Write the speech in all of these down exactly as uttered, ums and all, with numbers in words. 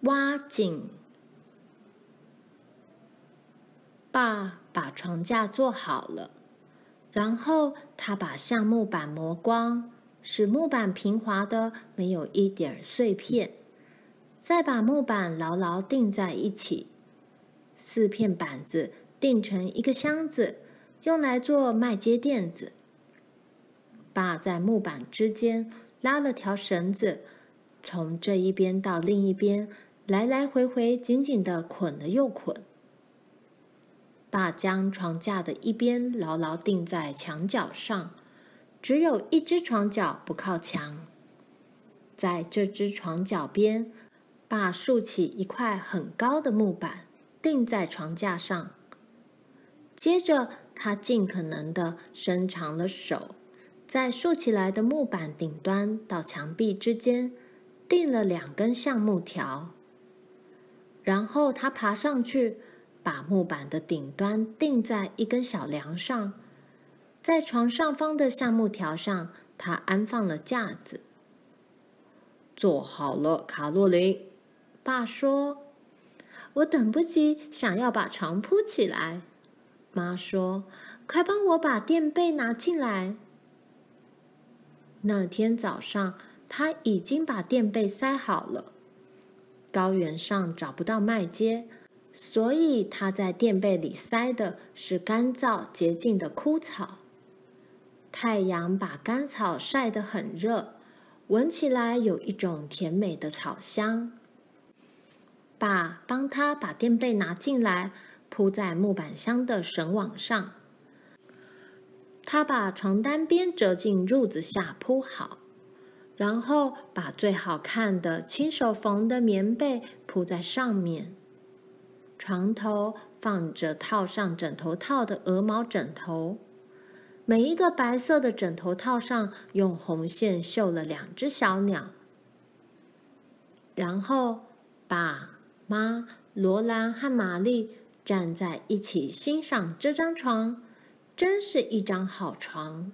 挖井。爸把床架做好了，然后他把橡木板磨光，使木板平滑的，没有一点碎片。再把木板牢牢钉在一起，四片板子钉成一个箱子，用来做麦秸垫子。爸在木板之间拉了条绳子，从这一边到另一边，来来回回紧紧地捆了又捆。爸将床架的一边牢牢钉在墙角上，只有一只床脚不靠墙。在这只床脚边，爸竖起一块很高的木板，钉在床架上。接着，他尽可能地伸长了手，在竖起来的木板顶端到墙壁之间钉了两根橡木条。然后他爬上去，把木板的顶端钉在一根小梁上，在床上方的橡木条上，他安放了架子。做好了，卡洛琳，爸说。我等不及想要把床铺起来。妈说，快帮我把垫被拿进来。那天早上，他已经把垫被塞好了。高原上找不到麦秸，所以他在垫被里塞的是干燥洁净的枯草。太阳把干草晒得很热，闻起来有一种甜美的草香。爸帮他把垫被拿进来，铺在木板箱的绳网上。他把床单边折进褥子下铺好，然后把最好看的亲手缝的棉被铺在上面。床头放着套上枕头套的鹅毛枕头，每一个白色的枕头套上用红线绣了两只小鸟。然后爸妈、罗兰和玛丽站在一起欣赏这张床，真是一张好床。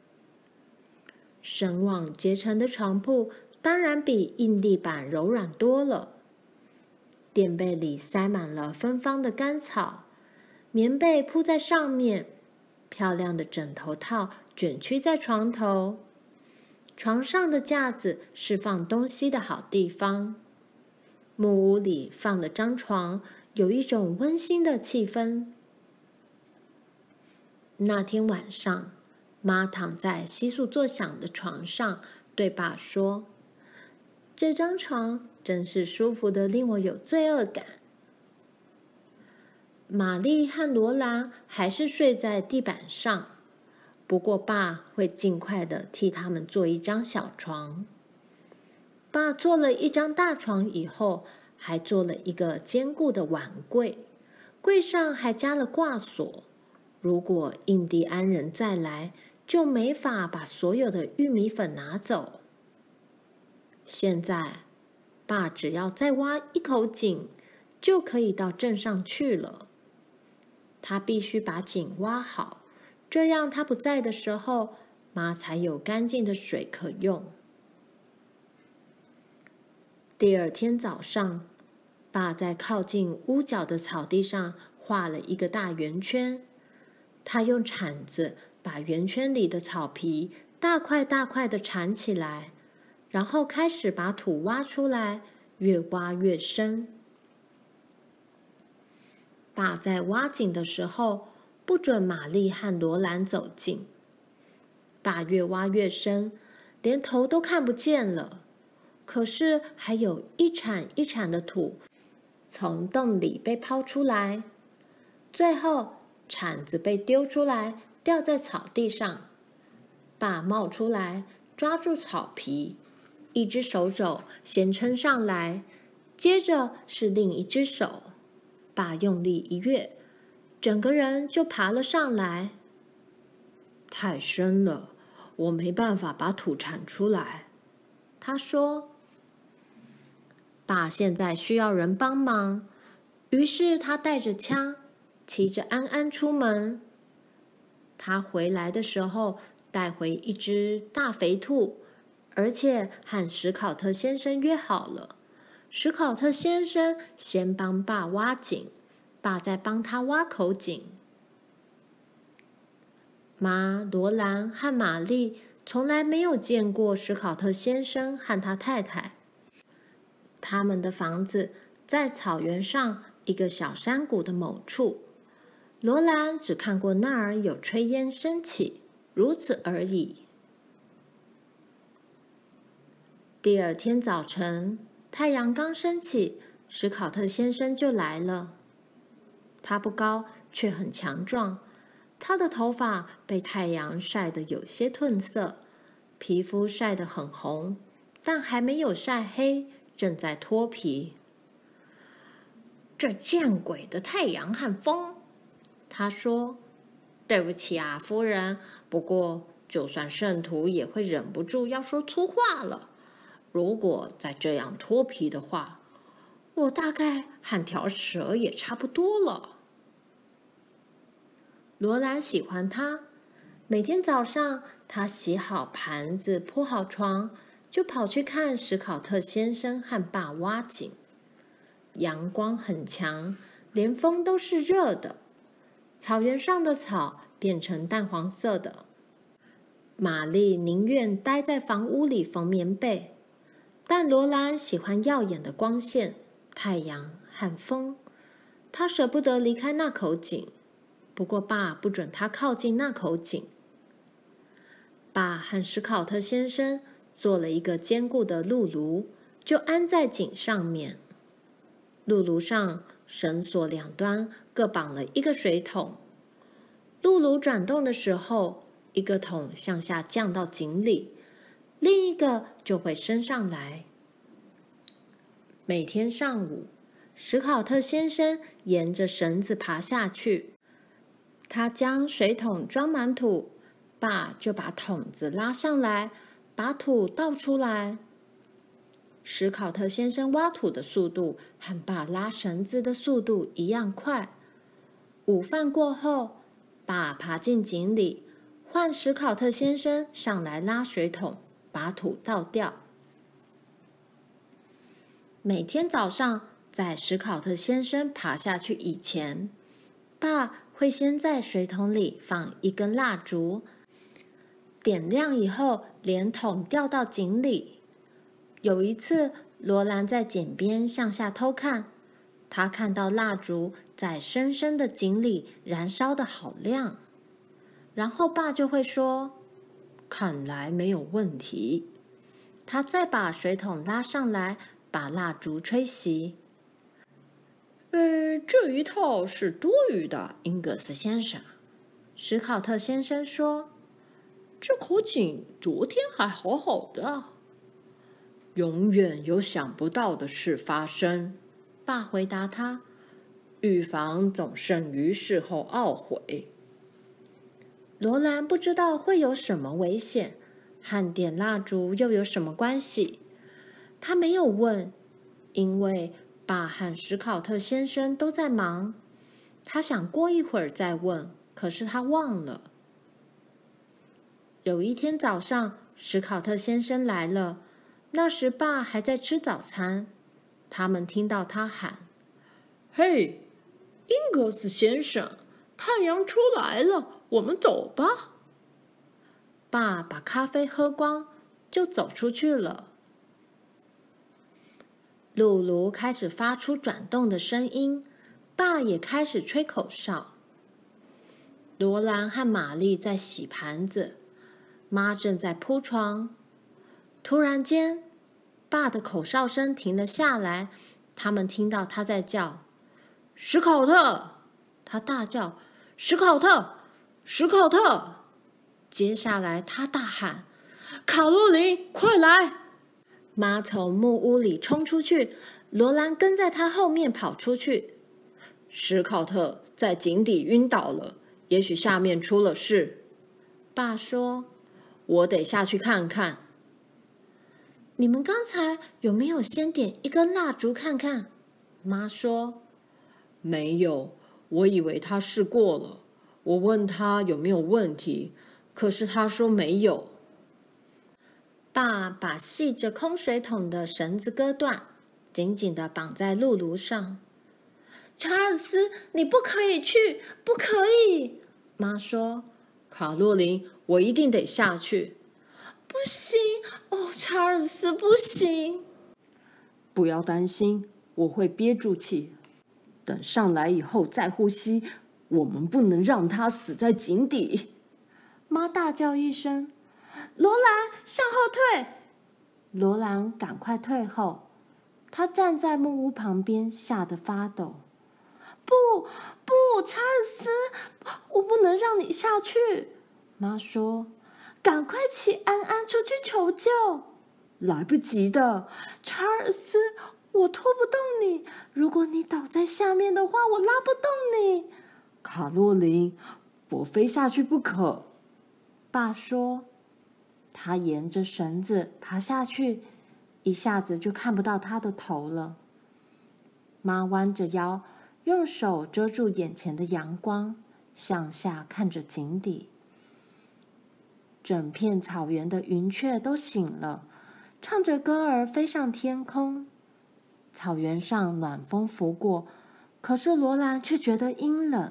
绳网结成的床铺当然比硬地板柔软多了。垫被里塞满了芬芳的干草，棉被铺在上面，漂亮的枕头套卷曲在床头。床上的架子是放东西的好地方。木屋里放了张床，有一种温馨的气氛。那天晚上，妈躺在窸窣作响的床上，对爸说：“这张床真是舒服的，令我有罪恶感。”玛丽和罗兰还是睡在地板上，不过爸会尽快的替他们做一张小床。爸做了一张大床以后，还做了一个坚固的碗柜，柜上还加了挂锁。如果印第安人再来，就没法把所有的玉米粉拿走。现在，爸只要再挖一口井，就可以到镇上去了。他必须把井挖好，这样他不在的时候，妈才有干净的水可用。第二天早上，爸在靠近屋角的草地上画了一个大圆圈。他用铲子把圆圈里的草皮大块大块的铲起来，然后开始把土挖出来，越挖越深。爸在挖井的时候，不准玛丽和罗兰走近。爸越挖越深，连头都看不见了。可是还有一铲一铲的土从洞里被抛出来，最后铲子被丢出来，掉在草地上。爸冒出来，抓住草皮，一只手肘先撑上来，接着是另一只手。爸用力一跃，整个人就爬了上来。太深了，我没办法把土铲出来，他说。爸现在需要人帮忙，于是他带着枪，骑着安安出门。他回来的时候带回一只大肥兔，而且和史考特先生约好了， 史考特先生先帮爸挖井，爸再帮他挖口井。妈、罗兰和玛丽从来没有见过史考特先生和他太太。他们的房子在草原上一个小山谷的某处。罗兰只看过那儿有炊烟升起，如此而已。第二天早晨，太阳刚升起，史考特先生就来了。他不高，却很强壮。他的头发被太阳晒得有些褪色，皮肤晒得很红，但还没有晒黑，正在脱皮。这见鬼的太阳和风！他说：“对不起啊，夫人，不过就算圣徒也会忍不住要说粗话了。如果再这样脱皮的话，我大概和条蛇也差不多了。”罗兰喜欢他，每天早上他洗好盘子，铺好床，就跑去看史考特先生和爸挖井。阳光很强，连风都是热的。草原上的草变成淡黄色的。玛丽宁愿待在房屋里缝棉被，但罗兰喜欢耀眼的光线、太阳和风。他舍不得离开那口井，不过爸不准他靠近那口井。爸和史考特先生做了一个坚固的辘炉，就安在井上面。辘炉上绳索两端各绑了一个水桶。辘炉转动的时候，一个桶向下降到井里，另一个就会升上来。每天上午，史考特先生沿着绳子爬下去。他将水桶装满土，爸就把桶子拉上来，把土倒出来。史考特先生挖土的速度和爸拉绳子的速度一样快。午饭过后，爸爬进井里，换史考特先生上来拉水桶，把土倒掉。每天早上，在史考特先生爬下去以前，爸会先在水桶里放一根蜡烛，点亮以后，连桶掉到井里。有一次，罗兰在井边向下偷看，他看到蜡烛在深深的井里燃烧得好亮。然后爸就会说：“看来没有问题。”他再把水桶拉上来，把蜡烛吹熄。呃，这一套是多余的，英格斯先生。史考特先生说：“这口井昨天还好好的。”永远有想不到的事发生，爸回答他：“预防总胜于事后懊悔。”罗兰不知道会有什么危险，和点蜡烛又有什么关系？他没有问，因为爸和史考特先生都在忙。他想过一会儿再问，可是他忘了。有一天早上，史考特先生来了。那时爸还在吃早餐，他们听到他喊：“嘿，英格斯先生，太阳出来了，我们走吧。”爸把咖啡喝光，就走出去了。辘炉开始发出转动的声音，爸也开始吹口哨。罗兰和玛丽在洗盘子，妈正在铺床。突然间，爸的口哨声停了下来，他们听到他在叫：“史考特！”他大叫：“史考特！史考特！”接下来他大喊：“卡洛琳，快来！”妈从木屋里冲出去，罗兰跟在他后面跑出去。史考特在井底晕倒了，也许下面出了事。爸说：“我得下去看看。”你们刚才有没有先点一根蜡烛看看？妈说：“没有，我以为他试过了。我问他有没有问题，可是他说没有。”爸把系着空水桶的绳子割断， 紧紧地绑在露露上。查尔斯，你不可以去，不可以！妈说。卡洛琳，我一定得下去。不行，哦，查尔斯，不行！ 不要担心，我会憋住气，等上来以后再呼吸。我们不能让他死在井底！妈大叫一声：“罗兰，向后退！”罗兰赶快退后，他站在木屋旁边，吓得发抖。不不，查尔斯，我不能让你下去！妈说：“赶快请安安出去求救！”来不及的，查尔斯，我拖不动你。如果你倒在下面的话，我拉不动你。卡洛琳，我非下去不可。爸说。他沿着绳子爬下去，一下子就看不到他的头了。妈弯着腰，用手遮住眼前的阳光，向下看着井底。整片草原的云雀都醒了，唱着歌儿飞上天空。草原上暖风拂过，可是罗兰却觉得阴冷。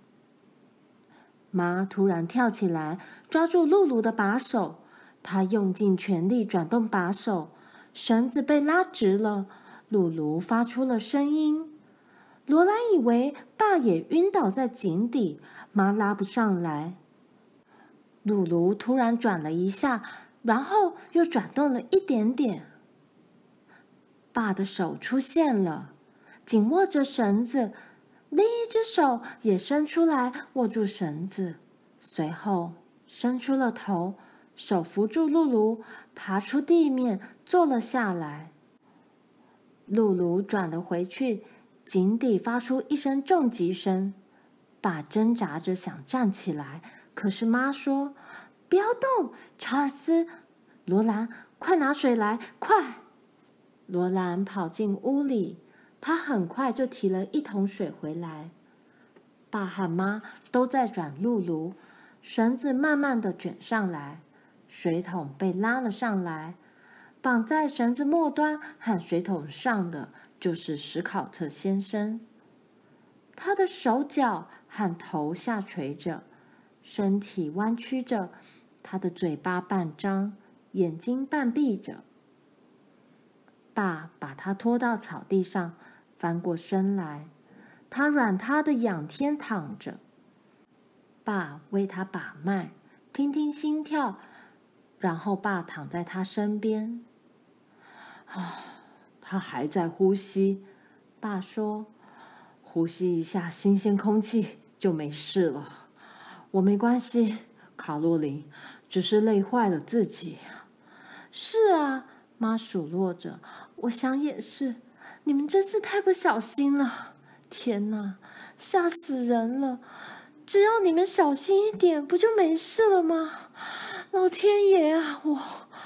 妈突然跳起来，抓住露露的把手，她用尽全力转动把手，绳子被拉直了，露露发出了声音。罗兰以为爸也晕倒在井底，妈拉不上来。露露突然转了一下，然后又转动了一点点。爸的手出现了，紧握着绳子，另一只手也伸出来握住绳子，随后伸出了头，手扶住露露，爬出地面，坐了下来。露露转了回去，井底发出一声重击声。爸挣扎着想站起来，可是妈说：“不要动，查尔斯，罗兰，快拿水来，快！”罗兰跑进屋里，他很快就提了一桶水回来。爸和妈都在转露露，绳子慢慢的卷上来，水桶被拉了上来。绑在绳子末端和水桶上的就是史考特先生，他的手脚和头下垂着，身体弯曲着，他的嘴巴半张，眼睛半闭着。爸把他拖到草地上，翻过身来，他软塌的仰天躺着。爸为他把脉，听听心跳，然后爸躺在他身边。啊，他还在呼吸，爸说，呼吸一下新鲜空气就没事了。我没关系，卡洛琳，只是累坏了自己。是啊，妈数落着，我想也是，你们真是太不小心了。天哪，吓死人了！只要你们小心一点，不就没事了吗？老天爷啊，我……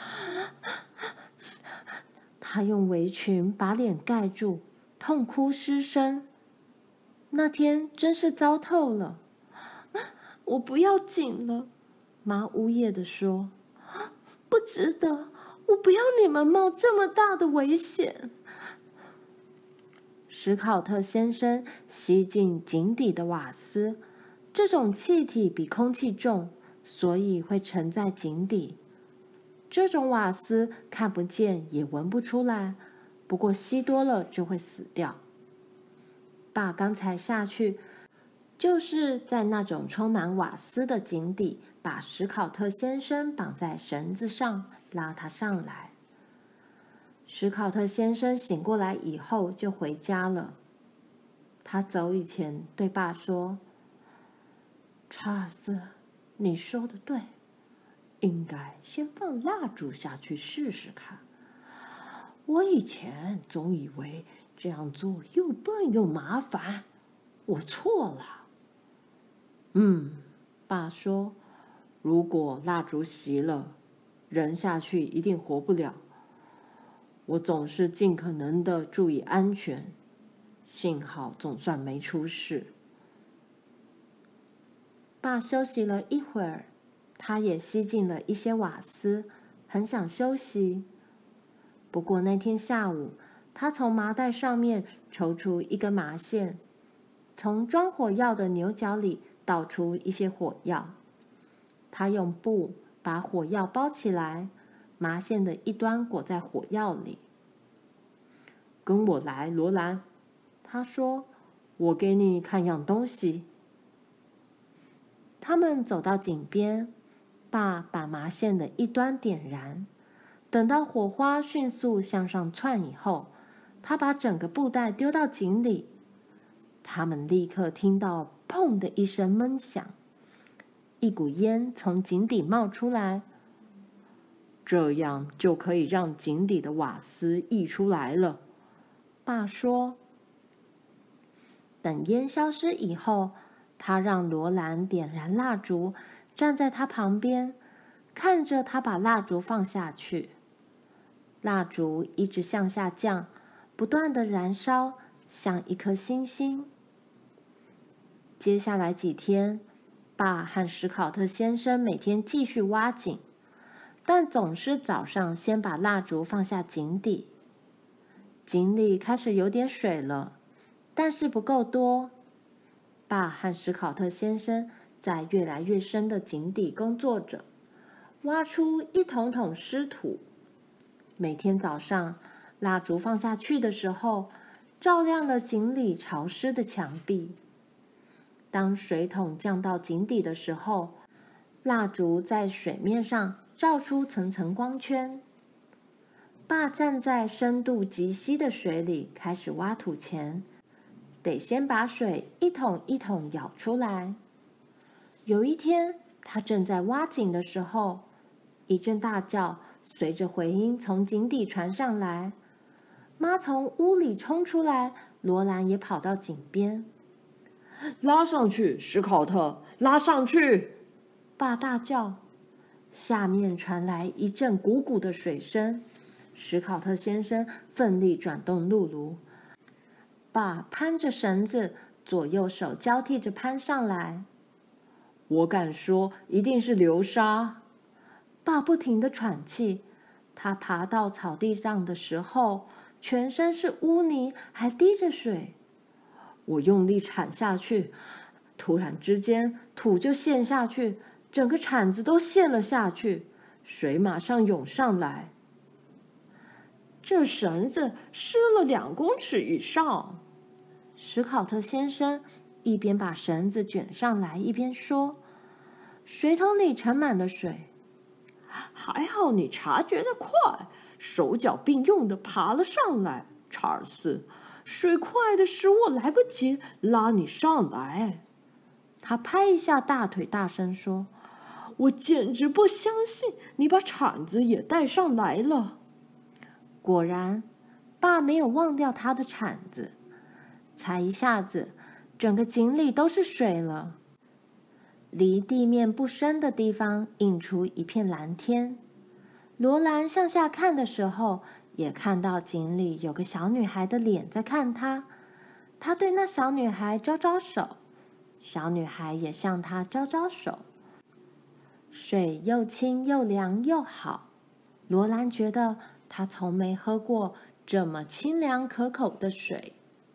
他用围裙把脸盖住，痛哭失声。那天真是糟透了。我不要紧了，妈呜咽地说。不值得，我不要你们冒这么大的危险。史考特先生吸进井底的瓦斯，这种气体比空气重，所以会沉在井底。这种瓦斯看不见也闻不出来，不过吸多了就会死掉。爸刚才下去，就是在那种充满瓦斯的井底，把史考特先生绑在绳子上，拉他上来。史考特先生醒过来以后就回家了。他走以前对爸说：“查尔斯，你说的对，应该先放蜡烛下去试试看。我以前总以为这样做又笨又麻烦，我错了。”嗯，爸说，如果蜡烛熄了，人下去一定活不了。我总是尽可能的注意安全，幸好总算没出事。爸休息了一会儿，他也吸进了一些瓦斯，很想休息。不过那天下午， 他从麻袋上面抽出一根麻线，从装火药的牛角里倒出一些火药。他用布把火药包起来，麻线的一端裹在火药里。跟我来，罗兰，他说，我给你看样东西。他们走到井边，爸把麻线的一端点燃，等到火花迅速向上窜以后，他把整个布袋丢到井里。他们立刻听到砰的一声闷响，一股烟从井底冒出来。这样就可以让井底的瓦斯溢出来了，爸说。等烟消失以后，他让罗兰点燃蜡烛，站在他旁边，看着他把蜡烛放下去。蜡烛一直向下降，不断的燃烧，像一颗星星。接下来几天，爸和史考特先生每天继续挖井，但总是早上先把蜡烛放下井底。井里开始有点水了，但是不够多。爸和史考特先生在越来越深的井底工作着，挖出一桶桶湿土。每天早上，蜡烛放下去的时候，照亮了井里潮湿的墙壁。当水桶降到井底的时候，蜡烛在水面上照出层层光圈。爸站在深度极稀的水里开始挖土前，得先把水一桶一桶舀出来。有一天，他正在挖井的时候，一阵大叫随着回音从井底传上来。妈从屋里冲出来，罗兰也跑到井边。 拉上去，史考特，拉上去！ 爸大叫。下面传来一阵鼓鼓的水声。史考特先生奋力转动辘轳，爸攀着绳子，左右手交替着攀上来。 我敢说，一定是流沙。 爸不停地喘气。他爬到草地上的时候，全身是污泥，还滴着水。 我用力铲下去，突然之间，土就陷下去，整个铲子都陷了下去，水马上涌上来。这绳子湿了两公尺以上。 史考特先生一边把绳子卷上来，一边说：“水桶里盛满了水。” 还好你察觉得快，手脚并用的爬了上来，查尔斯。水快的使我来不及拉你上来。 他拍一下大腿，大声说：“ 我简直不相信你把铲子也带上来了。” 果然，爸没有忘掉他的铲子。才一下子，整个井里都是水了。离地面不深的地方映出一片蓝天。罗兰向下看的时候，也看到井里有个小女孩的脸在看他。他对那小女孩招招手，小女孩也向他招招手。水又清又凉又好，罗兰觉得他从没喝过这么清凉可口的水。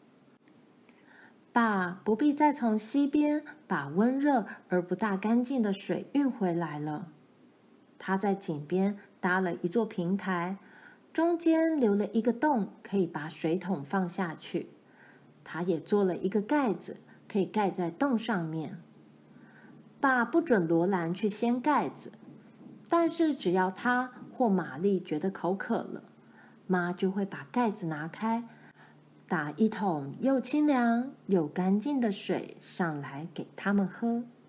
爸不必再从溪边把温热而不大干净的水运回来了。他在井边搭了一座平台，中间留了一个洞，可以把水桶放下去。他也做了一个盖子，可以盖在洞上面。爸不准罗兰去掀盖子，但是只要他或玛丽觉得口渴了，妈就会把盖子拿开，打一桶又清凉又干净的水上来给他们喝。